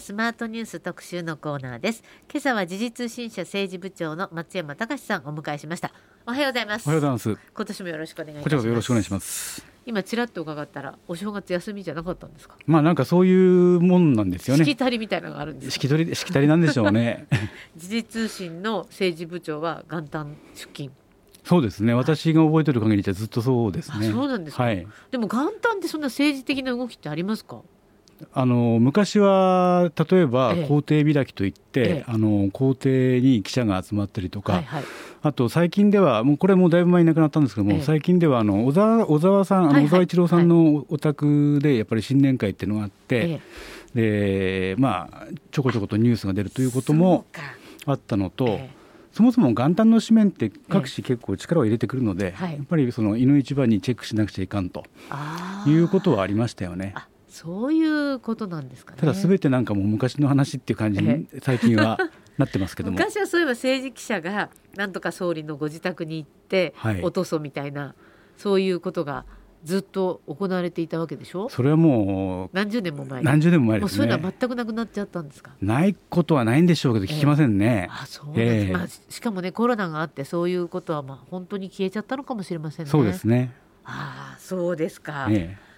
スマートニュース特集のコーナーです。今朝は時事通信社政治部長の松山隆さんをお迎えしました。おはようございます。 おはようございます。 今年もよろしくお願いいたします。 こちらこそよろしくお願いします。 今ちらっと伺ったらお正月休みじゃなかったんですか？ なんかそういうもんなんですよね。 しきたりみたいなのがあるんですか？ しきたりなんでしょうね時事通信の政治部長は元旦出勤。 そうですね、私が覚えてる限りじゃずっとそうですね。 そうなんですか、はい、でも元旦ってそんな政治的な動きってありますか？ 昔は例えば公邸開きといって、公邸に記者が集まったりとか、あと最近ではもうこれもだいぶ前に亡くなったんですけども、最近では小沢さん、小沢一郎さんのお宅でやっぱり新年会っていうのがあって、でちょこちょことニュースが出るということもあったのと、そもそも元旦の紙面って各紙結構力を入れてくるので、やっぱりそのいの一番にチェックしなくちゃいかんということはありましたよね。 そういうことなんですかね。 ただ全てなんかもう昔の話っていう感じに最近はなってますけども昔はそういえば政治記者がなんとか総理のご自宅に行って落とすみたいな、そういうことがずっと行われていたわけでしょ。 それはもう何十年も前ですね。もうそういうのは全くなくなっちゃったんですか？ ないことはないんでしょうけど聞きませんね。 そうなんです、しかもねコロナがあってそういうことは本当に消えちゃったのかもしれませんね。 そうですね。 そうですか。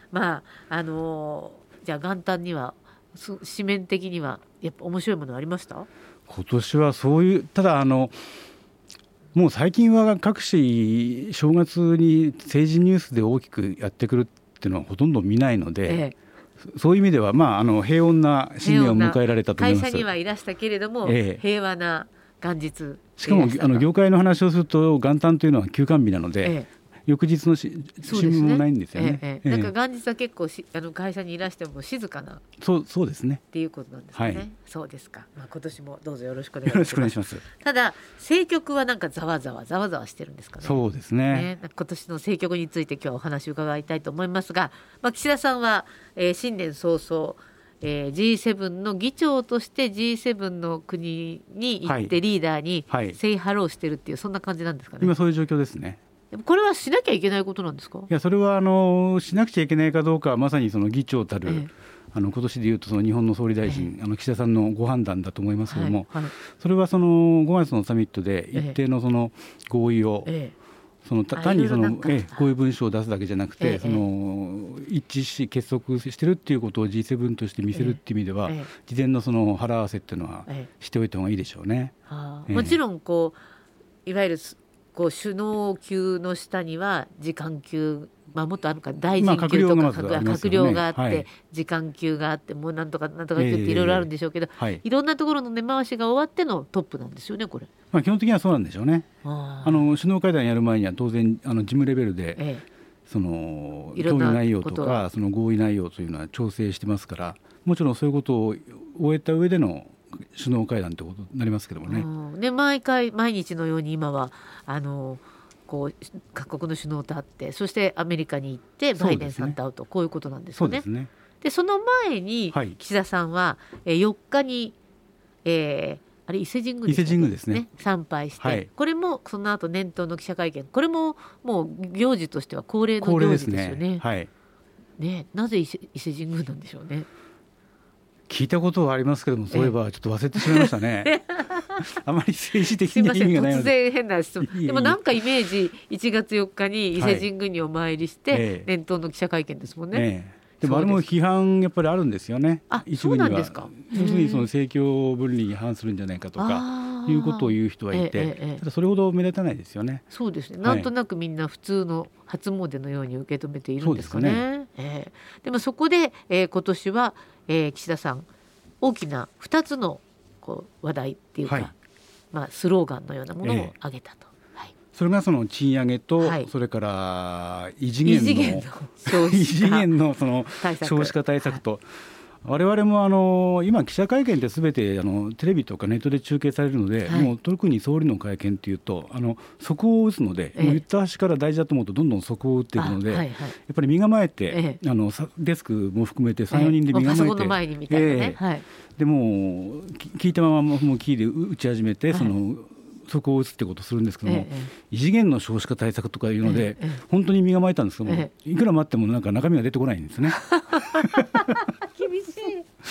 じゃあ元旦には紙面的にはやっぱ面白いものありました？ 今年はそういう、ただもう最近は各紙正月に政治ニュースで大きくやってくるっていうのはほとんど見ないので、そういう意味では平穏な新年を迎えられたと思います。 会社にはいらしたけれども、平和な元日。 しかも業界の話をすると元旦というのは休館日なので、翌日の新聞もないんですよね。 なんか元日は結構会社にいらしても静かなそうですねっていうことなんですかね。そうですか。今年もどうぞよろしくお願いします。ただ政局はなんかざわざわしてるんですかね。 そうですね。 今年の政局について今日はお話を伺いたいと思いますが、岸田さんは、新年早々G7 の議長として G7 の国に行ってリーダーにセイハローしてるっていう、そんな感じなんですかね。 今そういう状況ですね。 これはしなきゃいけないことなんですか？ いや、それはしなくちゃいけないかどうかはまさにその議長たる、今年でいうとその日本の総理大臣、岸田さんのご判断だと思いますけども、それはその5月のサミットで一定のその合意を、単にこういう文書を出すだけじゃなくて、一致し結束してるっていうことを G7 として見せるっていう意味では、事前のその腹合わせっていうのはしておいた方がいいでしょうね。 もちろんいわゆる首脳級の下には次官級、もっとあるか大臣級とか閣僚があって、次官級があって、もうなんとか級っていろいろあるんでしょうけど、いろんなところの根回しが終わってのトップなんですよね、これ。 基本的にはそうなんでしょうね。首脳会談やる前には当然事務レベルで、その協議内容とかその合意内容というのは調整してますから、もちろんそういうことを終えた上での首脳会談ということになりますけどもね。 で毎日のように今は各国の首脳と会って、そしてアメリカに行ってバイデンさんと会うと、こういうことなんですよね。そうですね。でその前に岸田さんは4日に、あれ伊勢神宮ですね、参拝して、これもその後年頭の記者会見、これももう行事としては恒例の行事ですよね。なぜ伊勢神宮なんでしょうね。 聞いたことはありますけども、そういえばちょっと忘れてしまいましたねあまり政治的な意味がないので。 突然変な質問。でもなんかイメージ1月4日に伊勢神宮にお参りして、年頭の記者会見ですもんね。 でもあれも批判やっぱりあるんですよね。 そうなんですか。 要するにその政教分離に反するんじゃないかとかいうことを言う人はいて、ただそれほど目立たないですよね。 そうですね。なんとなくみんな普通の初詣のように受け止めているんですかね。でもそこで、今年は、岸田さん大きな2つの話題っていうか、スローガンのようなものを挙げたと。 それがその賃上げと、それから異次元のその少子化対策と、我々も今記者会見って全てテレビとかネットで中継されるので、もう特に総理の会見っていうと速報を打つので、もう言った端から大事だと思うとどんどん速報を打っていくので、やっぱり身構えて、デスクも含めて 3,4 人で身構えて、パソコンの前にみたいなね、でも聞いたままもうキーで打ち始めて、その速報を打つってことをするんですけども、異次元の少子化対策とかいうので、本当に身構えたんですけども、いくら待ってもなんか中身が出てこないんですね厳しい。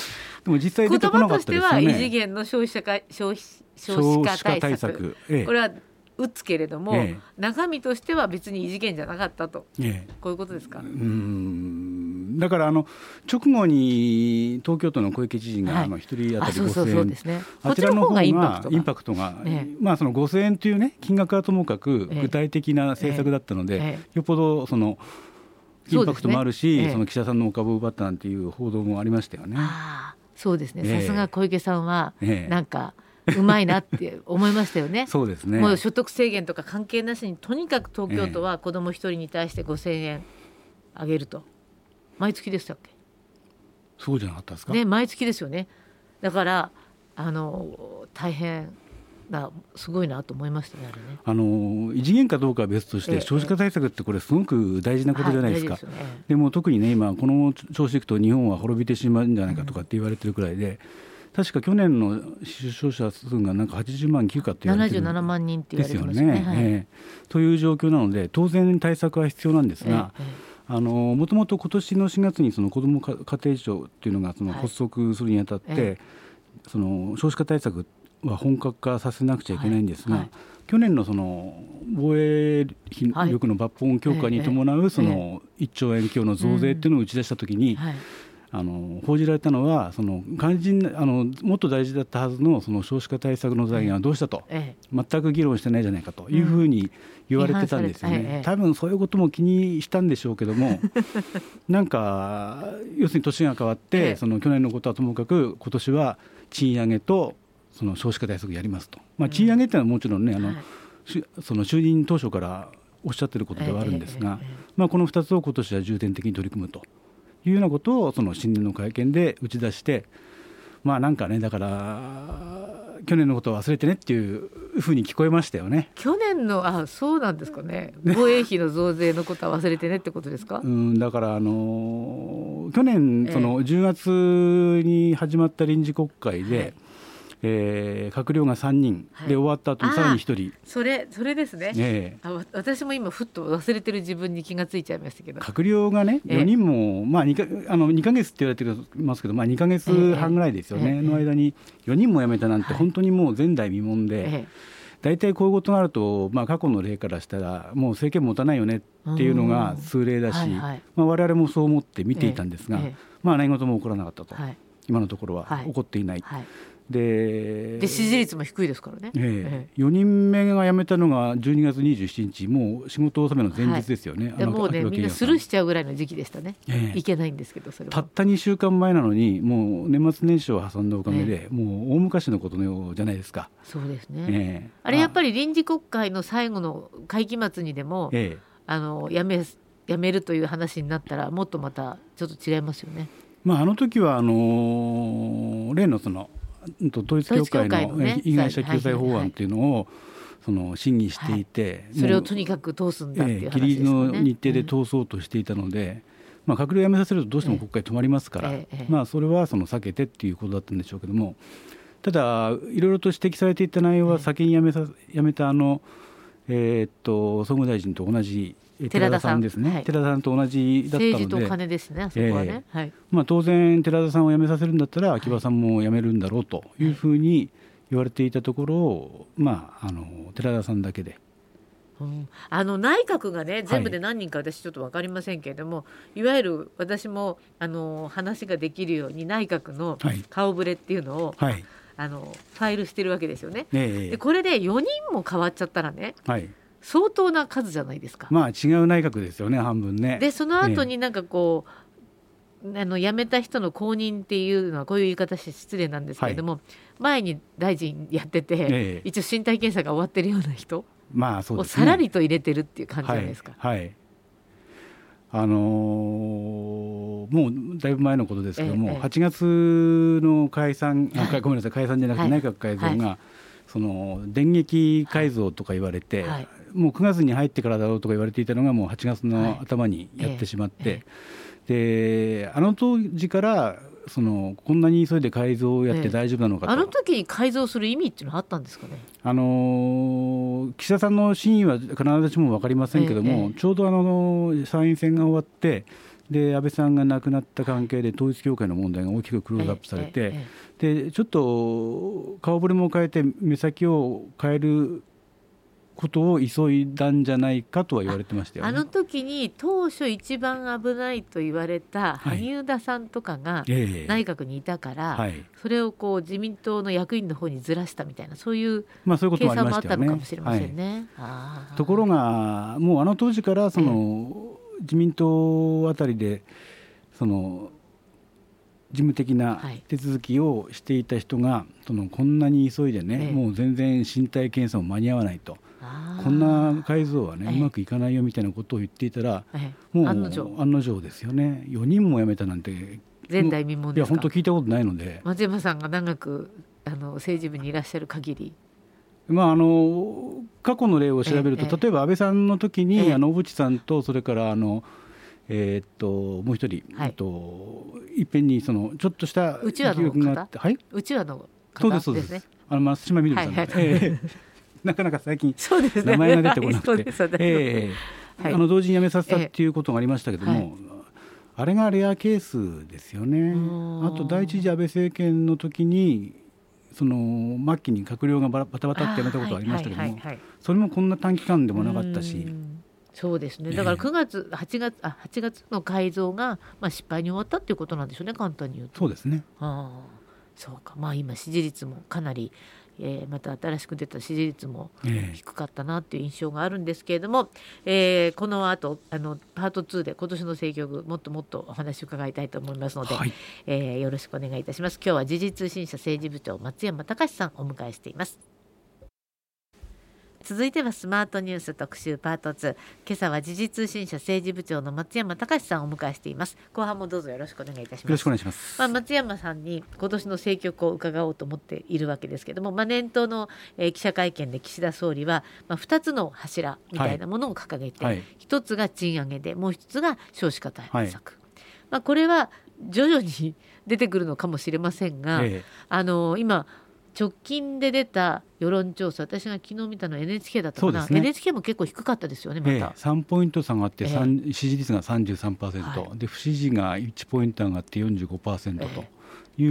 でも実際出てこなかったですよね。 言葉としては異次元の少子化対策、これは打つけれども、中身としては別に異次元じゃなかったと、こういうことですか。 だから直後に東京都の小池知事が1人当たり5000円、あちらの方がインパクトが、その5000円というね金額はともかく具体的な政策だったので、よっぽどそのインパクトもあるし、その岸田さんのお株を奪ったなんていう報道もありましたよね。 そうですね、さすが小池さんはなんかうまいなって思いましたよね。 そうですね。 もう所得制限とか関係なしにとにかく東京都は子ども1人に対して5000円あげると。毎月でしたっけ。 そうじゃなかったですか、 毎月ですよね。だから大変なすごいなと思いましたね、あれね。 異次元かどうかは別として、少子化対策ってこれすごく大事なことじゃないですか。でも特にね今この調子いくと日本は滅びてしまうんじゃないかとかって言われてるくらいで、確か去年の出生者数がなんか80万9かって言われてる 77万人って言われてますよね。という状況なので当然対策は必要なんですが、もともと今年の4月にその子ども家庭庁っていうのがその発足するにあたって、その少子化対策は本格化させなくちゃいけないんですが、去年のその防衛費力の抜本強化に伴うその1兆円強の増税っていうのを打ち出したときに、報じられたのはその肝心なもっと大事だったはずのその少子化対策の財源はどうしたと、全く議論してないじゃないかというふうに言われてたんですよね。多分そういうことも気にしたんでしょうけどもなんか要するに年が変わって、その去年のことはともかく今年は賃上げとその少子化対策やりますと、賃上げっていうのはもちろんねその就任当初からおっしゃってることではあるんですが、この2つを今年は重点的に取り組むというようなことをその新年の会見で打ち出して、なんかねだから去年のことを忘れてねっていうふうに聞こえましたよね。 去年のそうなんですかね。防衛費の増税のことは忘れてねってことですか。 だから去年その10月に始まった臨時国会で、閣僚が3人で終わった後にさらに1人、 それですね、私も今ふっと忘れてる自分に気がついちゃいましたけど、 閣僚がね4人も、2ヶ月って言われてますけど、2ヶ月半ぐらいですよね、の間に4人も辞めたなんて本当にもう前代未聞で、大体こういうことがあると、過去の例からしたらもう政権持たないよねっていうのが通例だし、我々もそう思って見ていたんですが、何事も起こらなかったと、今のところは起こっていない、で支持率も低いですからね、 4人目が辞めたのが12月27日、もう仕事納めの前日ですよね。 もうねみんなスルーしちゃうぐらいの時期でしたね、いけないんですけど、それはたった2週間前なのにもう年末年始を挟んだおかげで、もう大昔のことのようじゃないですか。 そうですね、あれやっぱり臨時国会の最後の会期末にでも、辞めるという話になったらもっとまたちょっと違いますよね。 あの時は例のその統一教会の被害者救済法案っていうのをその審議していて、 それをとにかく通すんだっていう話ですよね。 ギリギリの日程で通そうとしていたので、閣僚辞めさせるとどうしても国会止まりますから、それはその避けてっていうことだったんでしょうけども、ただいろいろと指摘されていた内容は先に辞めた総務大臣と同じ寺田さんですね、寺田さんと同じだったので、 政治と金ですね、あそこはね、 当然寺田さんを辞めさせるんだったら秋葉さんも辞めるんだろうというふうに言われていたところを、寺田さんだけで、 内閣がね全部で何人か私ちょっと分かりませんけれども、いわゆる私も話ができるように内閣の顔ぶれっていうのを、ファイルしてるわけですよね。でこれで4人も変わっちゃったらね、相当な数じゃないですか。 違う内閣ですよね、半分ね。 でその後になんかこう、辞めた人の後任っていうのはこういう言い方して失礼なんですけれども、前に大臣やってて、一応身体検査が終わってるような人をさらりと入れてるっていう感じじゃないですか。 もうだいぶ前のことですけども、8月の解散、ごめんなさい、解散じゃなくて内閣改造が、その電撃改造とか言われて、もう9月に入ってからだろうとか言われていたのがもう8月の頭にやってしまって、で当時からこんなに急いで改造をやって大丈夫なのかと、 あの時に改造する意味っていうのはあったんですかね。 岸田さんの真意は必ずしも分かりませんけども、ちょうど参院選が終わってで安倍さんが亡くなった関係で統一教会の問題が大きくクローズアップされて、でちょっと顔ぶれも変えて目先を変えることを急いだんじゃないかとは言われてましたよね。 あの時に当初一番危ないと言われた萩生田さんとかが内閣にいたから、それをこう自民党の役員の方にずらしたみたいな、そういう計算もあったのかもしれませんね。 ところがもうあの当時からその、自民党あたりでその事務的な手続きをしていた人が、こんなに急いでね、もう全然身体検査も間に合わないと、こんな改造はね、うまくいかないよみたいなことを言っていたら、もう案の定ですよね。4人も辞めたなんて前代未聞ですか。 いや本当聞いたことないので、 松山さんが長く政治部にいらっしゃる限り、 過去の例を調べると、例えば安倍さんの時に小渕さんとそれからもう一人、いっぺんにちょっとしたうちわの方、うちわの方ですね。そうです。 松島みどりさん、なかなか最近名前が出てこなくて、同時に辞めさせたっていうことがありましたけども、あれがレアケースですよね。あと第一次安倍政権の時に末期に閣僚がバタバタって辞めたことがありましたけども、それもこんな短期間でもなかったし、 そうですね。だから8月の改造が失敗に終わったっていうことなんでしょうね、簡単に言うと。 そうですね。 そうか。今支持率もかなり、また新しく出た支持率も低かったなっていう印象があるんですけれども、この後パート2で今年の政局もっともっとお話を伺いたいと思いますので、よろしくお願いいたします。今日は時事通信社政治部長松山隆さんをお迎えしています。続いてはスマートニュース特集パート2。今朝は時事通信社政治部長の松山隆さんをお迎えしています。後半もどうぞよろしくお願いいたします。 よろしくお願いします。 松山さんに今年の政局を伺おうと思っているわけですけれども、年頭の、記者会見で岸田総理は、2つの柱みたいなものを掲げて、1つが賃上げで、もう1つが少子化対策、これは徐々に出てくるのかもしれませんが、今直近で出た世論調査、私が昨日見たのは NHK だったかな、NHK も結構低かったですよね。また 3ポイント下がって、支持率が 33%、で不支持が1ポイント上がって 45%という、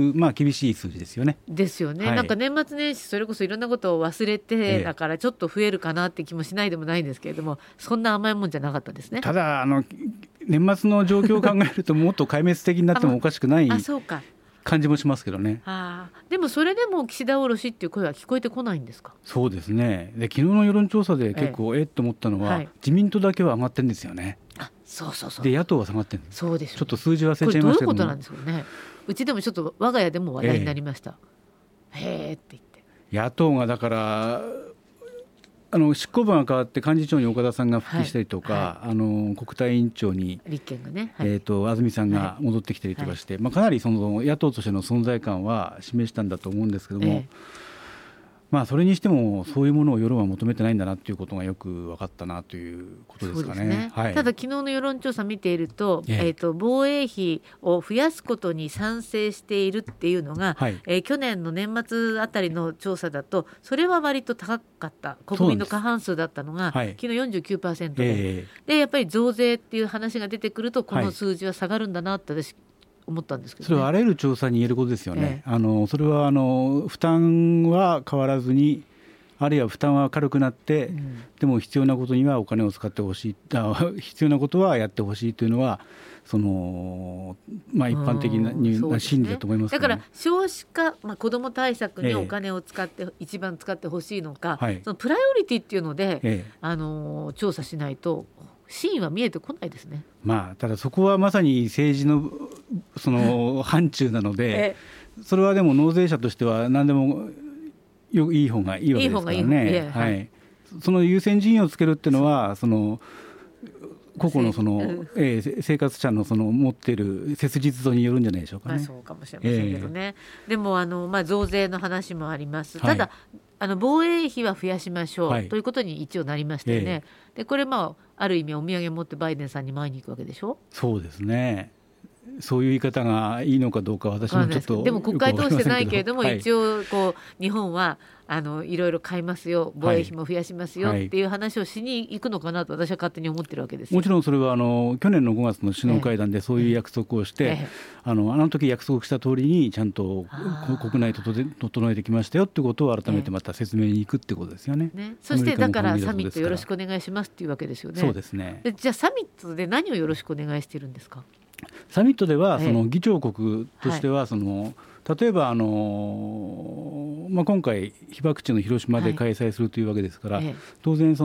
厳しい数字ですよね。 ですよね。なんか年末年始それこそいろんなことを忘れて、だからちょっと増えるかなって気もしないでもないんですけれども、そんな甘いもんじゃなかったですね。 ただ年末の状況を考えるともっと壊滅的になってもおかしくない感じもしますけどね。 でもそれでも岸田おろしっていう声は聞こえてこないんですか。 そうですね。で昨日の世論調査で結構と思ったのは、自民党だけは上がってるんですよね。 そうで野党は下がってるんです。 そうです、 ちょっと数字忘れちゃいましたけども、これどういうことなんですかね。うちでもちょっと我が家でも話題になりました。へーって言って、 野党がだから執行部が変わって幹事長に岡田さんが復帰したりとか、国対委員長に立憲がね、 安住さんが戻ってきたりとかして、かなり野党としての存在感は示したんだと思うんですけども、それにしてもそういうものを世論は求めてないんだなということがよく分かったなということですかね。 ただ昨日の世論調査見ていると、防衛費を増やすことに賛成しているっていうのが、去年の年末あたりの調査だとそれは割と高かった、国民の過半数だったのが、昨日 49% で、やっぱり増税っていう話が出てくるとこの数字は下がるんだなって私思ったんですけど、 それはあらゆる調査に言えることですよね。それは負担は変わらずに、あるいは負担は軽くなって、でも必要なことにはお金を使ってほしい、必要なことはやってほしいというのは一般的な心理だと思います、ね。 だから少子化、子ども対策にお金を使って、一番使ってほしいのか、そのプライオリティっていうので、調査しないと真意は見えてこないですね。 ただそこはまさに政治の範疇なので、それはでも納税者としては何でもいい方がいいわけですからね。その優先順位をつけるっていうのは個々の生活者の持っている切実度によるんじゃないでしょうかね。 そうかもしれませんけどね。でも増税の話もあります。ただ防衛費は増やしましょう、ということに一応なりましたよね。でこれある意味お土産持ってバイデンさんに前に行くわけでしょ。 そうですね。 そういう言い方がいいのかどうか私もちょっとでも国会通してないけれども、一応日本はいろいろ買いますよ、防衛費も増やしますよっていう話をしに行くのかなと私は勝手に思ってるわけですよ。 もちろんそれは去年の5月の首脳会談でそういう約束をして、あの時約束した通りにちゃんと国内整えてきましたよってことを改めてまた説明に行くってことですよね。 そしてだからサミットよろしくお願いしますっていうわけですよね。 そうですね。 じゃあサミットで何をよろしくお願いしているんですか。 サミットではその議長国としては例えば今回被爆地の広島で開催するというわけですから、当然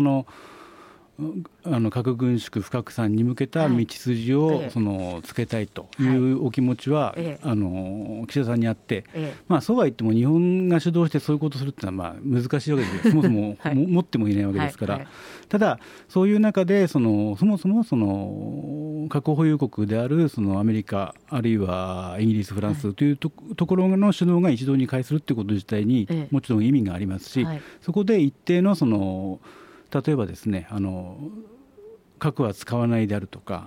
核軍縮不拡散に向けた道筋をつけたいというお気持ちは岸田さんにあって、そうは言っても日本が主導してそういうことをするというのは難しいわけですよ。そもそも持ってもいないわけですから、ただそういう中でそもそも核保有国であるアメリカあるいはイギリスフランスというところの首脳が一堂に会するということ自体にもちろん意味がありますし、そこで一定の例えばですね核は使わないであるとか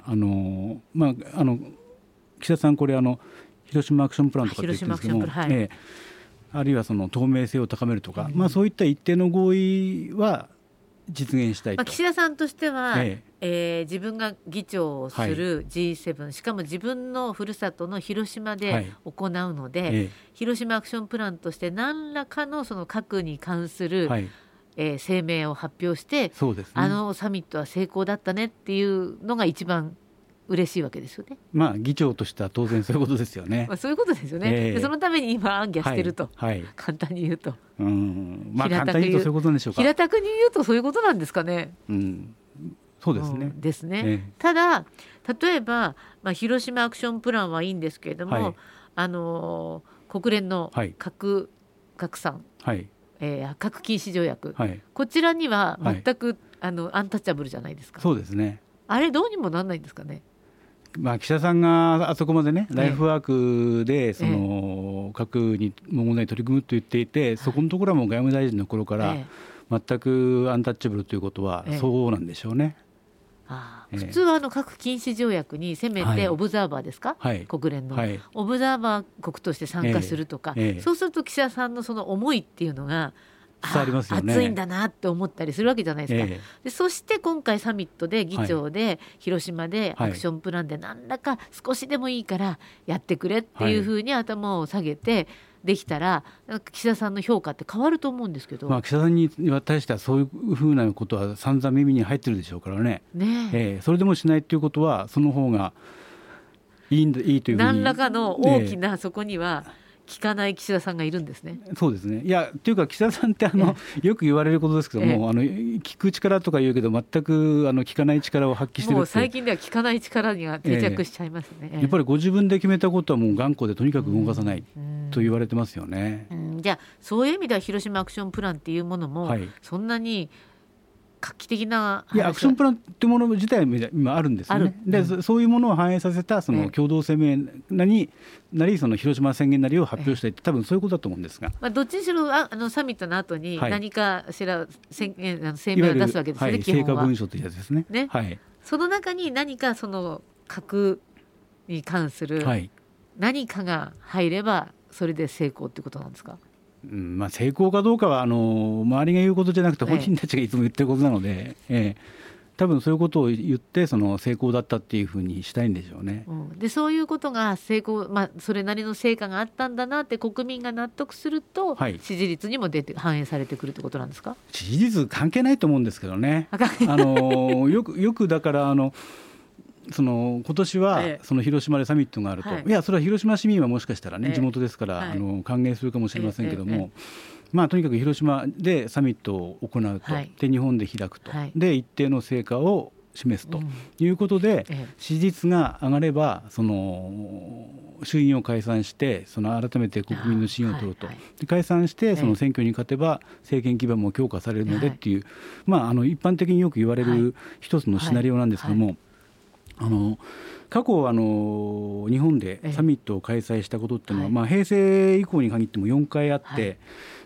岸田さんこれ広島アクションプランとかって言ってるんですけども、あるいは透明性を高めるとか、そういった一定の合意は実現したいと。 岸田さんとしては、自分が議長をする G7、しかも自分のふるさとの広島で行うので、広島アクションプランとして何らかの核に関する、声明を発表して、 そうですね、 サミットは成功だったねっていうのが一番嬉しいわけですよね。 議長としては当然そういうことですよね。 そういうことですよね。でそのために今暗記してると、簡単に言うと、 簡単に言うとそういうことなんでしょうか。 平たくに言うとそういうことなんですかね。 そうですね。 ただ例えば、広島アクションプランはいいんですけれども、国連の核拡散、核禁止条約、こちらには全く、アンタッチャブルじゃないですか。 そうですね。 あれどうにもなんないんですかね。 岸田さんがあそこまでね、ライフワークで核に問題に取り組むと言っていて、そこのところはもう外務大臣の頃から全くアンタッチャブルということはそうなんでしょうね。 普通は核禁止条約にせめてオブザーバーですか、国連の、オブザーバー国として参加するとか、そうすると岸田さんのその思いっていうのが伝わりますよね。 熱いんだなって思ったりするわけじゃないですか。でそして今回サミットで議長で広島でアクションプランで何らか少しでもいいからやってくれっていうふうに頭を下げてできたら、岸田さんの評価って変わると思うんですけど、 岸田さんに対してはそういうふうなことは散々耳に入ってるでしょうからね。それでもしないということはその方がいいというふうに、 何らかの大きなそこには聞かない岸田さんがいるんですね。 そうですね。いやというか岸田さんってよく言われることですけども、聞く力とか言うけど全く聞かない力を発揮してるって。 もう最近では聞かない力には定着しちゃいますね。 やっぱりご自分で決めたことはもう頑固でとにかく動かさないと言われてますよね。 じゃあそういう意味では広島アクションプランっていうものも、そんなに画期的な話は、 アクションプランっていうもの自体は今あるんですよね。でそういうものを反映させた共同声明なり広島宣言なりを発表したいって、多分そういうことだと思うんですが、 どっちにしろサミットの後に何かしら声明を出すわけですよね。基本は成果文書というやつですね。 その中に何か核に関する何かが入ればそれで成功っていうことなんですか。 成功かどうかは周りが言うことじゃなくて本人たちがいつも言ってることなので、多分そういうことを言って成功だったっていうふうにしたいんでしょうね。 でそういうことが成功、それなりの成果があったんだなって国民が納得すると、支持率にも反映されてくるってことなんですか。 支持率関係ないと思うんですけどね。よくだから今年は広島でサミットがあると、いやそれは広島市民はもしかしたらね、地元ですから歓迎するかもしれませんけども、とにかく広島でサミットを行うと、で日本で開くと、で一定の成果を示すということで、支持率が上がれば衆院を解散して改めて国民の信用を取ると、で解散して選挙に勝てば政権基盤も強化されるのでっていう、一般的によく言われる一つのシナリオなんですけども、過去日本でサミットを開催したことっていうのは、平成以降に限っても4回あって、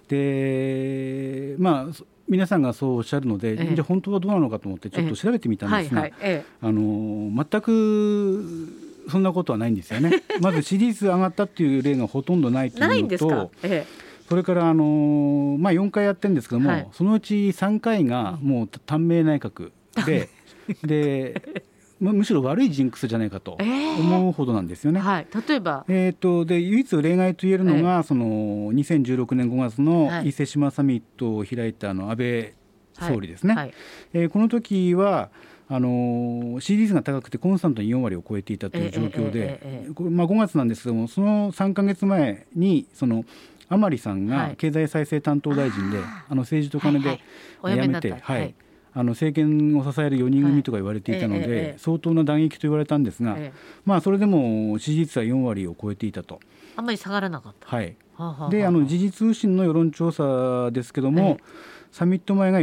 で皆さんがそうおっしゃるので、じゃあ本当はどうなのかと思ってちょっと調べてみたんですが、全くそんなことはないんですよね。まず支持率上がったっていう例がほとんどないというのと、 ないんですか。 それから4回やってるんですけども、はい、そのうち3回がもう短命内閣で、でむしろ悪いジンクスじゃないかと思うほどなんですよね。 はい、例えば、 で唯一例外と言えるのが、その2016年5月の伊勢志摩サミットを開いた安倍総理ですね。はいはい、この時は支持率が高くてコンスタントに4割を超えていたという状況で、5月なんですけども、その3ヶ月前にその甘利さんが経済再生担当大臣で、政治と金で辞めて、政権を支える4人組とか言われていたので、相当な打撃と言われたんですが、それでも支持率は4割を超えていたと。 あんまり下がらなかった。 はい、で時事通信の世論調査ですけども、サミット前が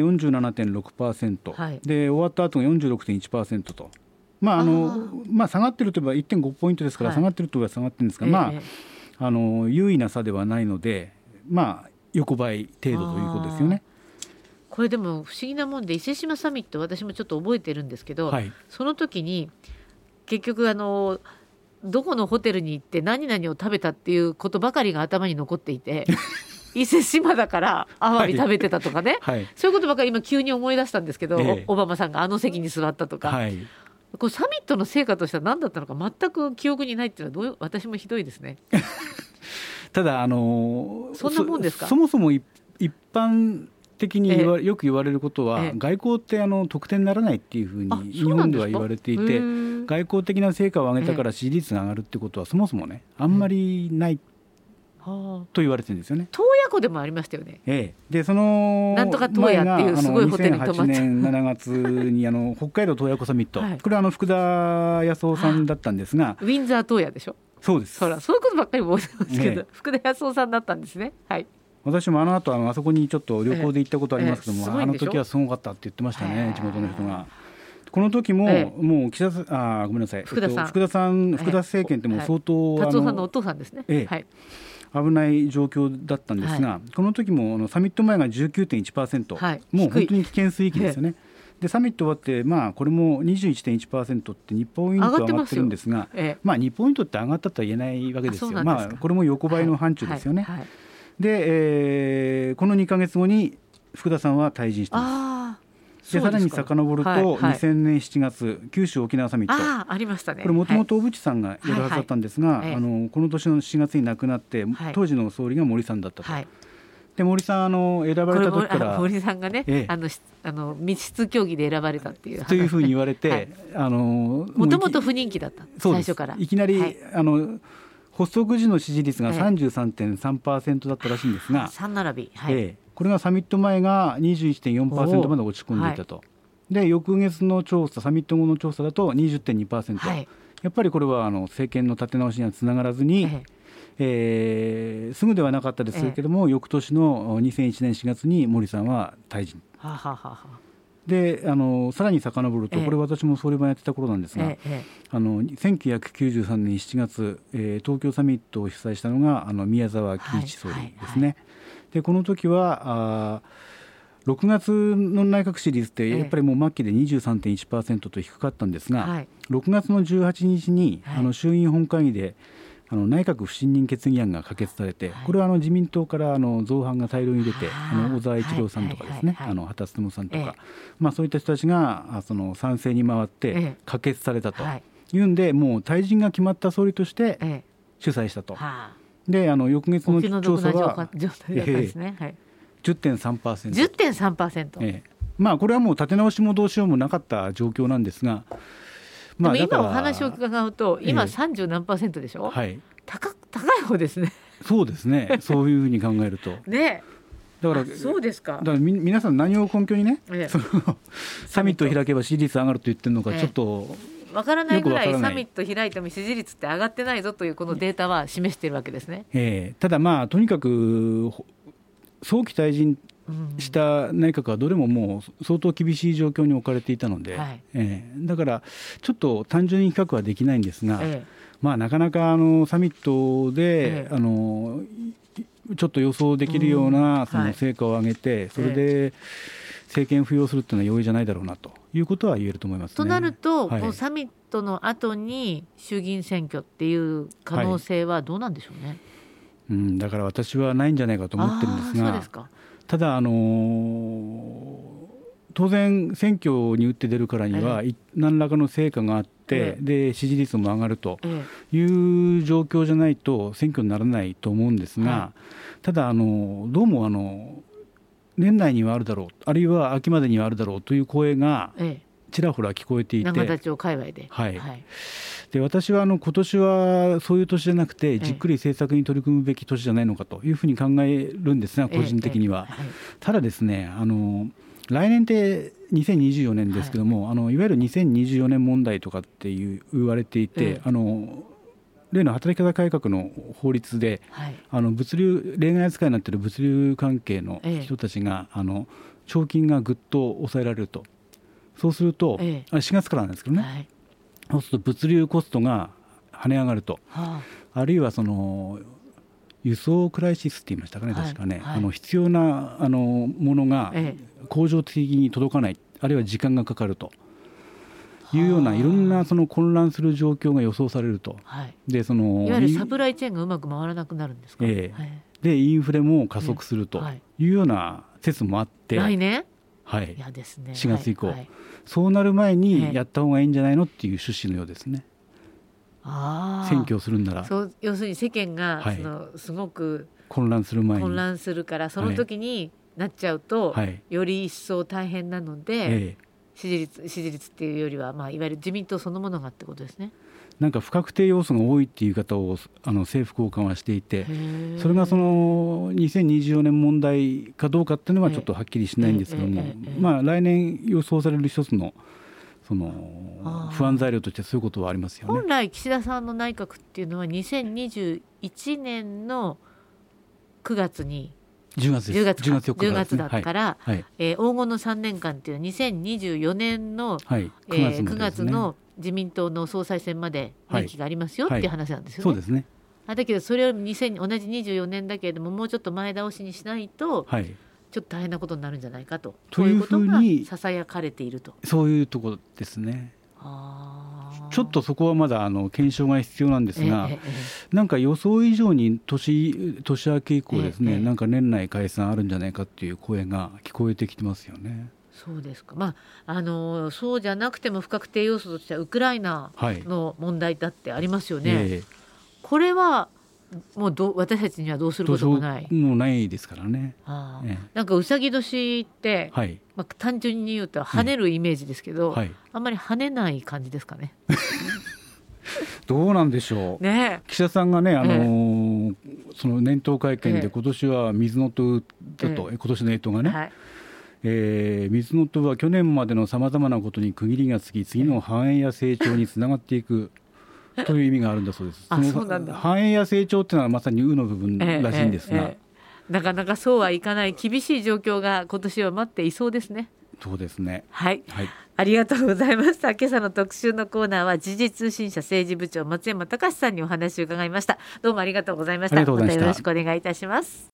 47.6%、で終わった後が 46.1% と、下がってるといえば 1.5 ポイントですから、下がってるといえば下がってるんですが、優位な差ではないので、横ばい程度ということですよね。 これでも不思議なもんで、伊勢志摩サミット、私もちょっと覚えてるんですけど、その時に結局どこのホテルに行って何々を食べたっていうことばかりが頭に残っていて伊勢志摩だからアワビ食べてたとかね、そういうことばかり今急に思い出したんですけど、オバマさんが席に座ったとか、これサミットの成果としては何だったのか全く記憶にないっていうのは私もひどいですね。 ただそんなもんですか。 そもそも一般的によく言われることは、外交って得点にならないっていうふうに日本では言われていて、外交的な成果を上げたから支持率が上がるってことはそもそもね、あんまりないと言われてるんですよね。 洞爺湖でもありましたよね。 でそのなんとか洞爺っていうすごいホテルに泊まった 2008年7月に北海道洞爺湖サミット、これは福田康夫さんだったんですが、 ウィンザー洞爺でしょ。 そうです。 そういうことばっかり覚えてますけど、福田康夫さんだったんですね。 私も後あそこにちょっと旅行で行ったことありますけども、あの時はすごかったって言ってましたね、地元の人が。この時も、もうごめんなさい、福田政権ってもう相当、 達夫さんのお父さんですね。 危ない状況だったんですが、この時もサミット前が 19.1%、もう本当に危険水域ですよね。でサミット終わって、これも 21.1% って2ポイント上がってるんですが、2ポイントって上がったとは言えないわけですよ。これも横ばいの範疇ですよね。で、この2ヶ月後に福田さんは退陣してます。でさらに遡ると、2000年7月九州沖縄サミット、 ありましたね。これもともと小渕さんがやるはずだったんですが、この年の7月に亡くなって、当時の総理が森さんだったと。で森さん選ばれた時から森さんがね、密室協議で選ばれたっていうというふうに言われて、 もともと不人気だった、最初から。 いきなり、発足時の支持率が 33.3% だったらしいんですが、 3並び、 これがサミット前が 21.4% まで落ち込んでいたと。で翌月の調査、サミット後の調査だと 20.2%、やっぱりこれは政権の立て直しにはつながらずに、すぐではなかったですけれども、翌年の2001年4月に森さんは退陣。でさらに遡ると、これ私も総理番やってた頃なんですが、1993年7月、東京サミットを主催したのが宮沢喜一総理ですね。でこの時は6月の内閣支持率ってやっぱりもう末期で 23.1% と低かったんですが、6月の18日に衆院本会議で内閣不信任決議案が可決されて、これは自民党から造反が大量に出て、小沢一郎さんとかですね、羽田孜さんとか、そういった人たちが賛成に回って可決されたというんで、もう退陣が決まった総理として主催したと。で翌月の調査は 10.3%、これはもう立て直しもどうしようもなかった状況なんですが、 でも今お話を伺うと今30何%でしょ、高い方ですね。 そうですね、そういうふうに考えるとね、 だからそうですか。 だから皆さん何を根拠にね、サミットを開けば支持率上がると言ってるのか、ちょっとわからないぐらいサミット開いても支持率って上がってないぞというこのデータは示しているわけですね。 ただとにかく早期退陣した内閣はどれももう相当厳しい状況に置かれていたので、だからちょっと単純に比較はできないんですが、なかなかサミットで、ちょっと予想できるようなその成果を上げて、それで政権浮揚するっていうのは容易じゃないだろうなということは言えると思いますね。 となると、もうサミットの後に衆議院選挙っていう可能性はどうなんでしょうね。 だから私はないんじゃないかと思ってるんですが、 そうですか。 ただ当然選挙に打って出るからには何らかの成果があって、で支持率も上がるという状況じゃないと選挙にならないと思うんですが、ただどうも年内にはあるだろう、あるいは秋までにはあるだろうという声がちらほら聞こえていて、 永田町界隈で、 で私は今年はそういう年じゃなくてじっくり政策に取り組むべき年じゃないのかというふうに考えるんですが、個人的には、ただですね、来年って2024年ですけども、いわゆる2024年問題とかって言われていて、例の働き方改革の法律で、例外扱いになっている物流関係の人たちが、徴金がぐっと抑えられると。そうすると、4月からなんですけどね、そうすると物流コストが跳ね上がると、あるいは輸送クライシスって言いましたかね、確かね、必要なものが恒常的に届かない、あるいは時間がかかるというようないろんな混乱する状況が予想されると、 でいわゆるサプライチェーンがうまく回らなくなるんですか。 でインフレも加速するというような説もあって、 来年嫌ですね、4月以降、そうなる前にやった方がいいんじゃないのっていう趣旨のようですね。選挙をするんなら、 要するに世間がすごく混乱する前に混乱するから、その時になっちゃうと、より一層大変なので、支持率っていうよりは、いわゆる自民党そのものがってことですね。 なんか不確定要素が多いっていう言い方を政府高官はしていて、それが2024年問題かどうかっていうのはちょっとはっきりしないんですけども、来年予想される一つの不安材料としてそういうことはありますよね。 本来岸田さんの内閣っていうのは2021年の9月に 10月だったから、黄金の3年間っていうのは2024年の9月の自民党の総裁選まで任期がありますよっていう話なんですよね。 そうですね。 だけどそれを同じ24年だけれども、もうちょっと前倒しにしないと、ちょっと大変なことになるんじゃないかということがささやかれていると、 そういうところですね。ちょっとそこはまだ検証が必要なんですが、なんか予想以上に年明け以降ですね、なんか年内解散あるんじゃないかっていう声が聞こえてきてますよね。 そうですか。そうじゃなくても不確定要素としてはウクライナの問題だってありますよね。これはもう私たちにはどうすることもない。 もうないですからね。 なんかうさぎ年って、単純に言うと跳ねるイメージですけど、あんまり跳ねない感じですかね。 どうなんでしょう、岸田さんがね、その年頭会見で今年は水の音だと、今年の干支がね、水の音は去年までのさまざまなことに区切りがつき、次の繁栄や成長につながっていくという意味があるんだそうです。 そうなんだ。 繁栄や成長っていうのはまさに有の部分らしいんですが、 なかなかそうはいかない厳しい状況が今年は待っていそうですね。 そうですね。 ありがとうございました。今朝の特集のコーナーは時事通信社政治部長松山隆さんにお話を伺いました。どうもありがとうございました。またよろしくお願いいたします。